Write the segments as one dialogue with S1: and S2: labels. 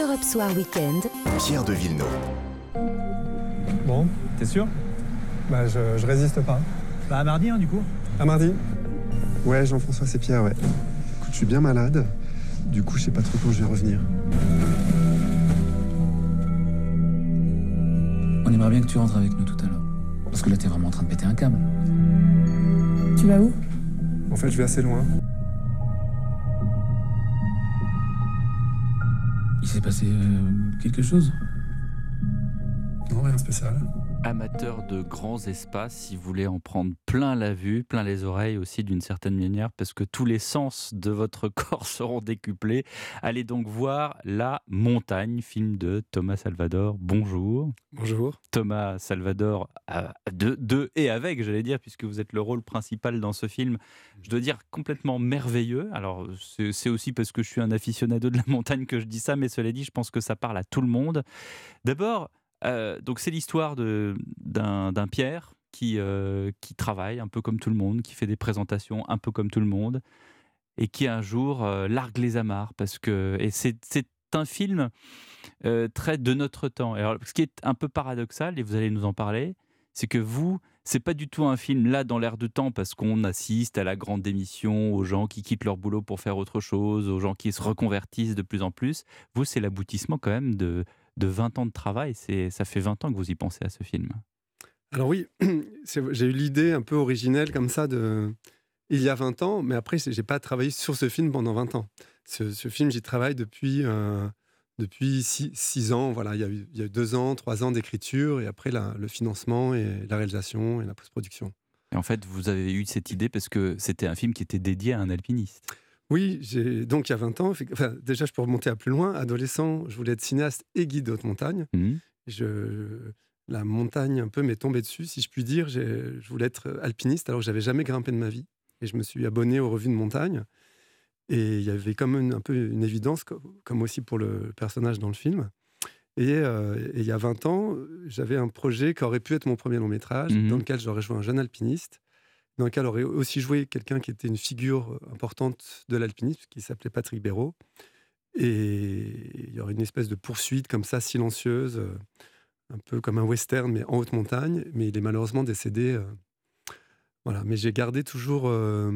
S1: Europe Soir Weekend.
S2: Pierre de Villeneuve.
S3: Bon,
S4: T'es sûr?
S3: bah je résiste pas.
S4: Bah à mardi du coup.
S3: À mardi. Ouais, Jean-François, c'est Pierre, ouais. Écoute, je suis bien malade. Du coup, je sais pas trop quand je vais revenir.
S5: On aimerait bien que tu rentres avec nous tout à l'heure. Parce que là, t'es vraiment en train de péter un câble.
S6: Tu vas où?
S3: En fait, je vais assez loin.
S5: Il s'est passé quelque chose?
S3: Non, rien de spécial.
S7: Amateur de grands espaces, si vous voulez en prendre plein la vue, plein les oreilles aussi d'une certaine manière, parce que tous les sens de votre corps seront décuplés. Allez donc voir La Montagne, film de Thomas Salvador. Bonjour.
S3: Bonjour.
S7: Thomas Salvador, de et avec, j'allais dire, puisque vous êtes le rôle principal dans ce film, je dois dire complètement merveilleux. Alors, c'est aussi parce que je suis un aficionado de la montagne que je dis ça, mais cela dit, je pense que ça parle à tout le monde. D'abord, donc c'est l'histoire d'un Pierre qui travaille un peu comme tout le monde, qui fait des présentations un peu comme tout le monde, et qui un jour largue les amarres, et c'est un film très de notre temps. Et alors, ce qui est un peu paradoxal, et vous allez nous en parler, c'est que c'est pas du tout un film là dans l'air de temps parce qu'on assiste à la grande démission, aux gens qui quittent leur boulot pour faire autre chose, aux gens qui se reconvertissent de plus en plus. Vous, c'est l'aboutissement quand même de 20 ans de travail. Ça fait 20 ans que vous y pensez à ce film.
S3: Alors oui, j'ai eu l'idée un peu originelle comme ça il y a 20 ans, mais après, j'ai pas travaillé sur ce film pendant 20 ans. Ce film, j'y travaille depuis 6 ans. Voilà, il y a eu 2 ans, 3 ans d'écriture, et après le financement et la réalisation et la post-production.
S7: Et en fait, vous avez eu cette idée parce que c'était un film qui était dédié à un alpiniste.
S3: Oui, donc il y a 20 ans, déjà je peux remonter à plus loin. Adolescent, je voulais être cinéaste et guide de haute montagne. La montagne un peu m'est tombée dessus, si je puis dire. Je voulais être alpiniste alors que j'avais jamais grimpé de ma vie. Et je me suis abonné aux revues de montagne. Et il y avait comme un peu une évidence, comme aussi pour le personnage dans le film. Et il y a 20 ans, j'avais un projet qui aurait pu être mon premier long métrage, dans lequel j'aurais joué un jeune alpiniste, dans lequel aurait aussi joué quelqu'un qui était une figure importante de l'alpinisme, qui s'appelait Patrick Béraud. Et il y aurait une espèce de poursuite comme ça, silencieuse, un peu comme un western, mais en haute montagne. Mais il est malheureusement décédé. Voilà. Mais j'ai gardé toujours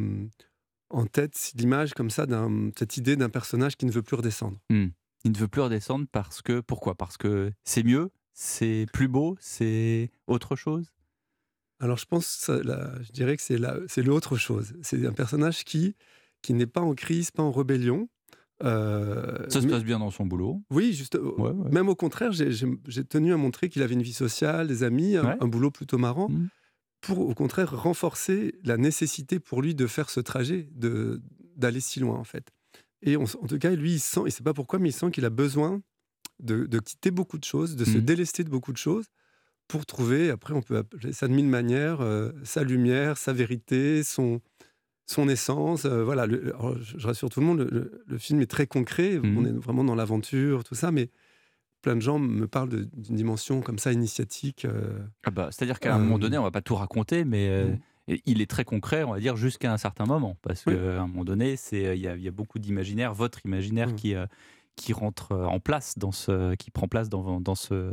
S3: en tête l'image comme ça, cette idée d'un personnage qui ne veut plus redescendre.
S7: Il ne veut plus redescendre pourquoi? Parce que c'est mieux, c'est plus beau, c'est autre chose?
S3: Alors je pense, je dirais que c'est l'autre chose. C'est un personnage qui n'est pas en crise, pas en rébellion.
S7: Ça se passe bien dans son boulot.
S3: Oui, juste.
S7: Ouais.
S3: Même au contraire, j'ai tenu à montrer qu'il avait une vie sociale, des amis, un boulot plutôt marrant, pour au contraire renforcer la nécessité pour lui de faire ce trajet, d'aller si loin en fait. Et en tout cas, lui, il sent, et c'est pas pourquoi, mais il sent qu'il a besoin de quitter beaucoup de choses, de se délester de beaucoup de choses, pour trouver, après on peut appeler ça de mille manières, sa lumière, sa vérité, son essence. Voilà, je rassure tout le monde, le film est très concret, on est vraiment dans l'aventure, tout ça, mais plein de gens me parlent d'une dimension comme ça, initiatique.
S7: C'est-à-dire qu'à un moment donné, on ne va pas tout raconter, mais il est très concret, on va dire, jusqu'à un certain moment. Parce qu'à un moment donné, il y a beaucoup d'imaginaire, votre imaginaire qui rentre en place, qui prend place dans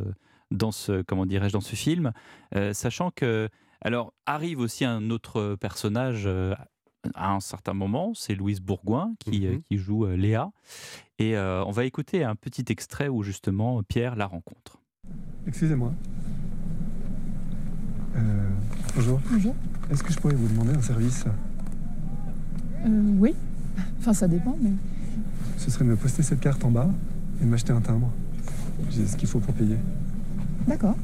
S7: ce film. Sachant que, alors, arrive aussi un autre personnage à un certain moment, c'est Louise Bourgoin qui joue Léa. Et on va écouter un petit extrait où justement Pierre la rencontre.
S3: Excusez-moi. Bonjour.
S6: Bonjour.
S3: Est-ce que je pourrais vous demander un service ?
S6: Oui. Enfin, ça dépend, mais...
S3: Ce serait de me poster cette carte en bas et de m'acheter un timbre. J'ai ce qu'il faut pour payer.
S6: D'accord.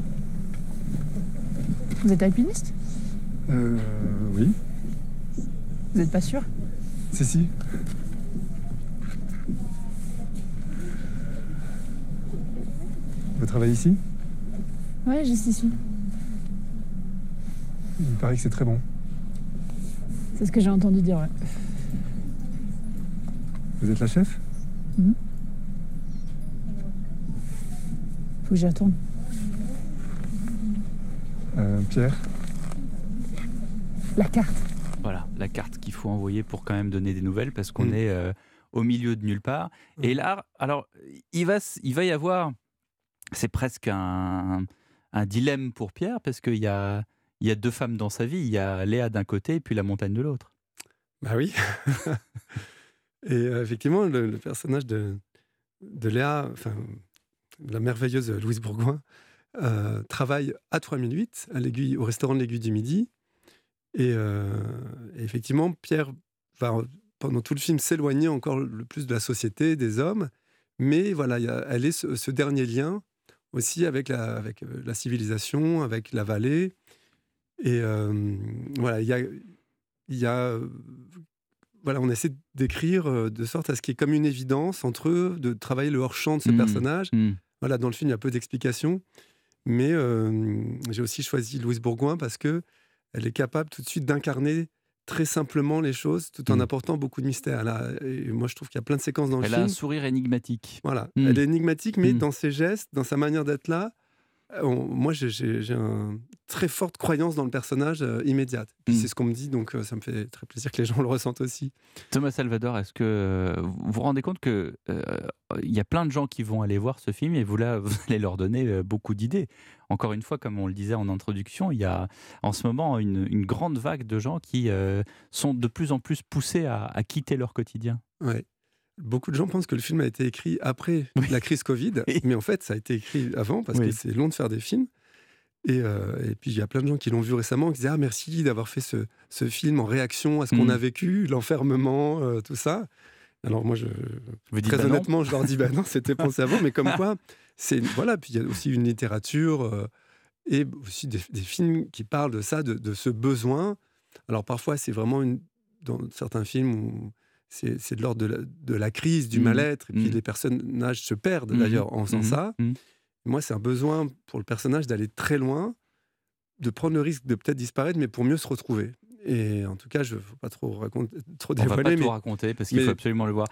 S6: Vous êtes alpiniste ?
S3: Oui.
S6: Vous n'êtes pas sûr ?
S3: Si. Vous travaillez ici ?
S6: Ouais, juste ici.
S3: Il paraît que c'est très bon.
S6: C'est ce que j'ai entendu dire, ouais.
S3: Vous êtes la chef ?
S6: Faut que j'y retourne.
S3: Pierre ?
S6: La carte.
S7: Voilà, la carte qu'il faut envoyer pour quand même donner des nouvelles, parce qu'on est au milieu de nulle part. Et là, alors, il va y avoir, c'est presque un dilemme pour Pierre, parce qu'il y a 2 femmes dans sa vie. Il y a Léa d'un côté et puis la montagne de l'autre.
S3: Bah oui. Et effectivement, le personnage de Léa, enfin, la merveilleuse Louise Bourgoin, travaille à 3008, au restaurant de l'Aiguille du Midi. Et effectivement, Pierre va, pendant tout le film, s'éloigner encore le plus de la société, des hommes. Mais voilà, elle est ce dernier lien aussi avec la civilisation, avec la vallée. Et voilà, voilà, on essaie d'écrire de sorte à ce qu'il y ait comme une évidence entre eux, de travailler le hors-champ de ce personnage. Voilà, dans le film, il y a peu d'explications. Mais j'ai aussi choisi Louise Bourgoin parce qu'elle est capable tout de suite d'incarner très simplement les choses, tout en apportant beaucoup de mystère. Et moi, je trouve qu'il y a plein de séquences dans le film.
S7: Elle a un sourire énigmatique.
S3: Voilà, elle est énigmatique, mais dans ses gestes, dans sa manière d'être là, moi, j'ai une très forte croyance dans le personnage immédiate. Puis c'est ce qu'on me dit, donc ça me fait très plaisir que les gens le ressentent aussi.
S7: Thomas Salvador, est-ce que vous vous rendez compte qu'il y a plein de gens qui vont aller voir ce film et vous allez leur donner beaucoup d'idées. Encore une fois, comme on le disait en introduction, il y a en ce moment une grande vague de gens qui sont de plus en plus poussés à quitter leur quotidien.
S3: Ouais. Beaucoup de gens pensent que le film a été écrit après la crise Covid, mais en fait, ça a été écrit avant, parce que c'est long de faire des films. Et puis, il y a plein de gens qui l'ont vu récemment, qui disaient « Ah, merci d'avoir fait ce film en réaction à ce qu'on a vécu, l'enfermement, tout ça. » Alors moi, très honnêtement, je leur dis « non, c'était pensé avant. » Mais comme quoi, voilà. Puis il y a aussi une littérature et aussi des films qui parlent de ça, de ce besoin. Alors parfois, c'est vraiment dans certains films où c'est de l'ordre de la crise, du mal-être, et puis les personnages se perdent d'ailleurs en faisant ça. Moi, c'est un besoin pour le personnage d'aller très loin, de prendre le risque de peut-être disparaître, mais pour mieux se retrouver. Et en tout cas, je ne veux pas trop dévoiler.
S7: On ne va pas tout raconter, parce qu'il faut absolument le voir.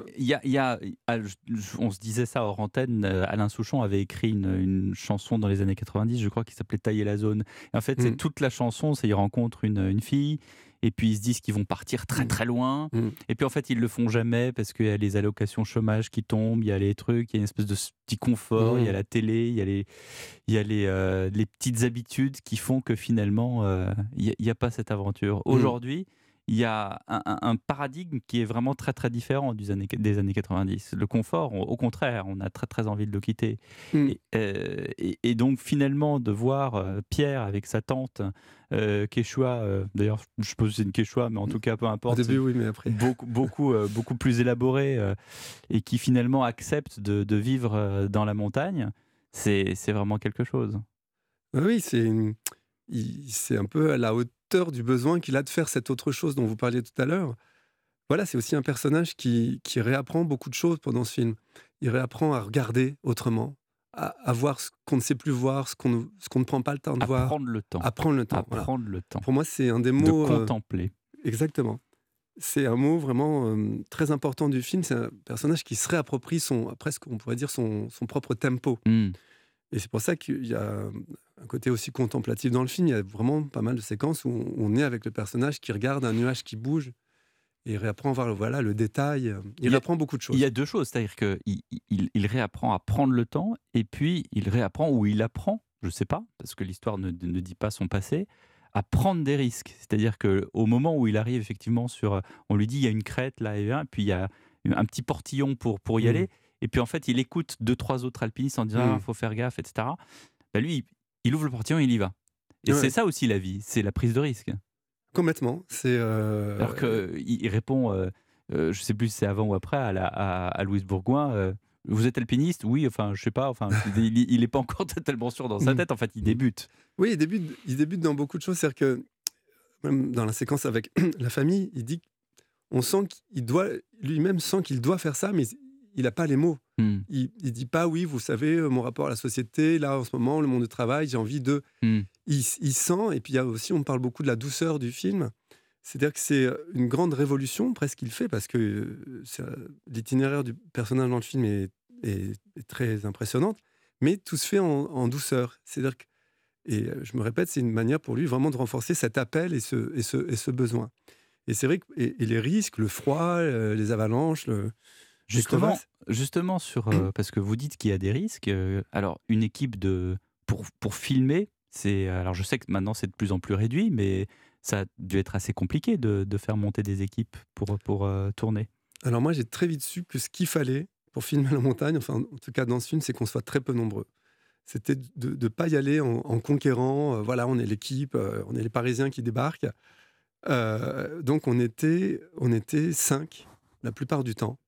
S7: On se disait ça hors antenne, Alain Souchon avait écrit une chanson dans les années 90, je crois, qui s'appelait « Tailler la zone ». Et en fait, c'est toute la chanson, c'est il rencontre une fille, et puis ils se disent qu'ils vont partir très très loin, et puis en fait ils le font jamais parce qu'il y a les allocations chômage qui tombent, il y a les trucs, il y a une espèce de petit confort, il y a la télé, il y a les petites habitudes qui font que finalement il n'y a pas cette aventure. Aujourd'hui, il y a un paradigme qui est vraiment très très différent des années 90. Le confort, au contraire, on a très très envie de le quitter. Et donc finalement de voir Pierre avec sa tante Quechua, d'ailleurs je suppose que c'est une Quechua, mais en tout cas peu importe.
S3: Au début oui, mais après.
S7: Beaucoup plus élaboré, et qui finalement accepte de vivre dans la montagne, c'est vraiment quelque chose.
S3: Oui, c'est un peu à la hauteur du besoin qu'il a de faire cette autre chose dont vous parliez tout à l'heure. Voilà, c'est aussi un personnage qui réapprend beaucoup de choses pendant ce film. Il réapprend à regarder autrement, à voir ce qu'on ne sait plus voir, ce qu'on ne prend pas le temps de voir.
S7: Prendre le temps.
S3: Prendre le temps.
S7: Voilà. Prendre le temps.
S3: Pour moi, c'est un des mots...
S7: De contempler.
S3: Exactement. C'est un mot vraiment très important du film. C'est un personnage qui se réapproprie presque, on pourrait dire, son propre tempo. Et c'est pour ça qu'il y a un côté aussi contemplatif dans le film. Il y a vraiment pas mal de séquences où on est avec le personnage qui regarde un nuage qui bouge et il réapprend à voir le détail. Il réapprend beaucoup de choses.
S7: Il y a deux choses, c'est-à-dire qu'il réapprend à prendre le temps, et puis il réapprend, ou il apprend, je ne sais pas, parce que l'histoire ne dit pas son passé, à prendre des risques. C'est-à-dire qu'au moment où il arrive effectivement on lui dit il y a une crête là et là, puis il y a un petit portillon pour y aller, et puis en fait il écoute 2-3 autres alpinistes en disant faut faire gaffe, etc. Bah lui, il ouvre le portillon et il y va. Et c'est ça aussi la vie, c'est la prise de risque.
S3: Complètement.
S7: Alors qu'il répond, je ne sais plus si c'est avant ou après, à Louise Bourgoin, vous êtes alpiniste ? Oui, enfin, je sais pas, enfin, il n'est pas encore totalement sûr dans sa tête, en fait, il débute.
S3: Oui, il débute dans beaucoup de choses, c'est-à-dire que, même dans la séquence avec la famille, on sent lui-même sent qu'il doit faire ça, mais il n'a pas les mots. Il dit pas, oui, vous savez, mon rapport à la société, là, en ce moment, le monde du travail, j'ai envie de... Il sent, et puis il y a aussi, on parle beaucoup de la douceur du film, c'est-à-dire que c'est une grande révolution, presque, qu'il fait, parce que l'itinéraire du personnage dans le film est très impressionnante, mais tout se fait en douceur. C'est-à-dire que, et je me répète, c'est une manière pour lui vraiment de renforcer cet appel et ce besoin. Et c'est vrai que et les risques, le froid, les avalanches,
S7: Justement parce que vous dites qu'il y a des risques. Alors, une équipe pour filmer, alors je sais que maintenant c'est de plus en plus réduit, mais ça a dû être assez compliqué de faire monter des équipes pour tourner.
S3: Alors moi, j'ai très vite su que ce qu'il fallait pour filmer la montagne, enfin en tout cas dans ce film, c'est qu'on soit très peu nombreux. C'était de ne pas y aller en conquérant. Voilà, on est l'équipe, on est les Parisiens qui débarquent. Donc on était 5 la plupart du temps.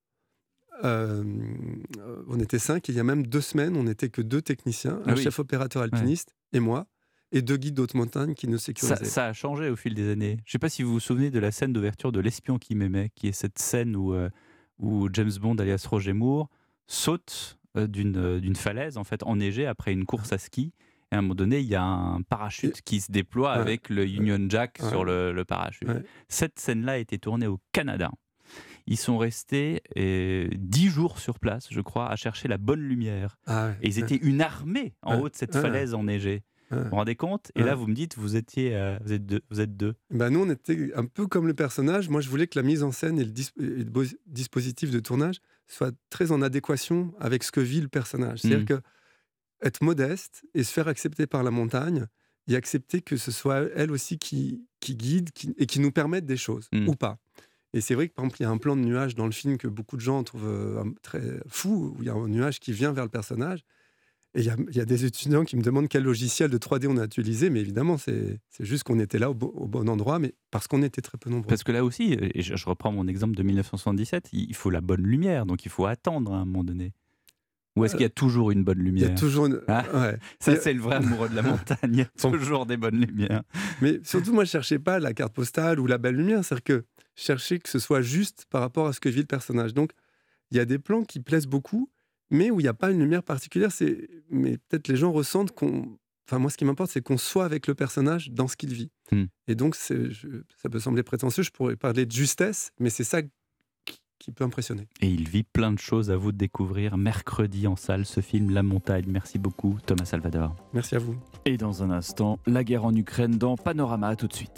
S3: On était 5 et il y a même 2 semaines, on n'était que 2 techniciens, un chef opérateur alpiniste et moi, et 2 guides d'haute montagne qui nous sécurisaient.
S7: Ça a changé au fil des années. Je ne sais pas si vous vous souvenez de la scène d'ouverture de L'espion qui m'aimait, qui est cette scène où James Bond, alias Roger Moore, saute d'une falaise en fait enneigée après une course à ski. Et à un moment donné, il y a un parachute qui se déploie avec le Union Jack sur le parachute. Ouais. Cette scène-là a été tournée au Canada. Ils sont restés 10 jours sur place, je crois, à chercher la bonne lumière. Et ils étaient une armée en haut de cette falaise enneigée. Vous vous rendez compte ? Et là, vous me dites, vous êtes deux.
S3: Ben nous, on était un peu comme le personnage. Moi, je voulais que la mise en scène et le dispositif de tournage soient très en adéquation avec ce que vit le personnage. C'est-à-dire que être modeste et se faire accepter par la montagne et accepter que ce soit elle aussi qui guide et qui nous permette des choses, ou pas. Et c'est vrai que, par exemple, il y a un plan de nuage dans le film que beaucoup de gens trouvent très fou, où il y a un nuage qui vient vers le personnage. Et il y a des étudiants qui me demandent quel logiciel de 3D on a utilisé, mais évidemment, c'est juste qu'on était là au bon endroit, mais parce qu'on était très peu nombreux.
S7: Parce que là aussi, et je reprends mon exemple de 1977, il faut la bonne lumière, donc il faut attendre à un moment donné. Ou est-ce qu'il y a toujours une bonne lumière ?
S3: Il y a toujours
S7: Ça, c'est le vrai amoureux de la montagne. Il y a toujours des bonnes lumières.
S3: Mais surtout, moi, je ne cherchais pas la carte postale ou la belle lumière. C'est-à-dire que je cherchais que ce soit juste par rapport à ce que vit le personnage. Donc, il y a des plans qui plaisent beaucoup, mais où il n'y a pas une lumière particulière. Mais peut-être les gens ressentent qu'on... Enfin, moi, ce qui m'importe, c'est qu'on soit avec le personnage dans ce qu'il vit. Et donc, ça peut sembler prétentieux. Je pourrais parler de justesse, mais c'est ça qui peut impressionner.
S7: Et il vit plein de choses. À vous de découvrir mercredi en salle ce film La Montagne. Merci beaucoup Thomas Salvador.
S3: Merci à vous.
S7: Et dans un instant, la guerre en Ukraine dans Panorama. À tout de suite.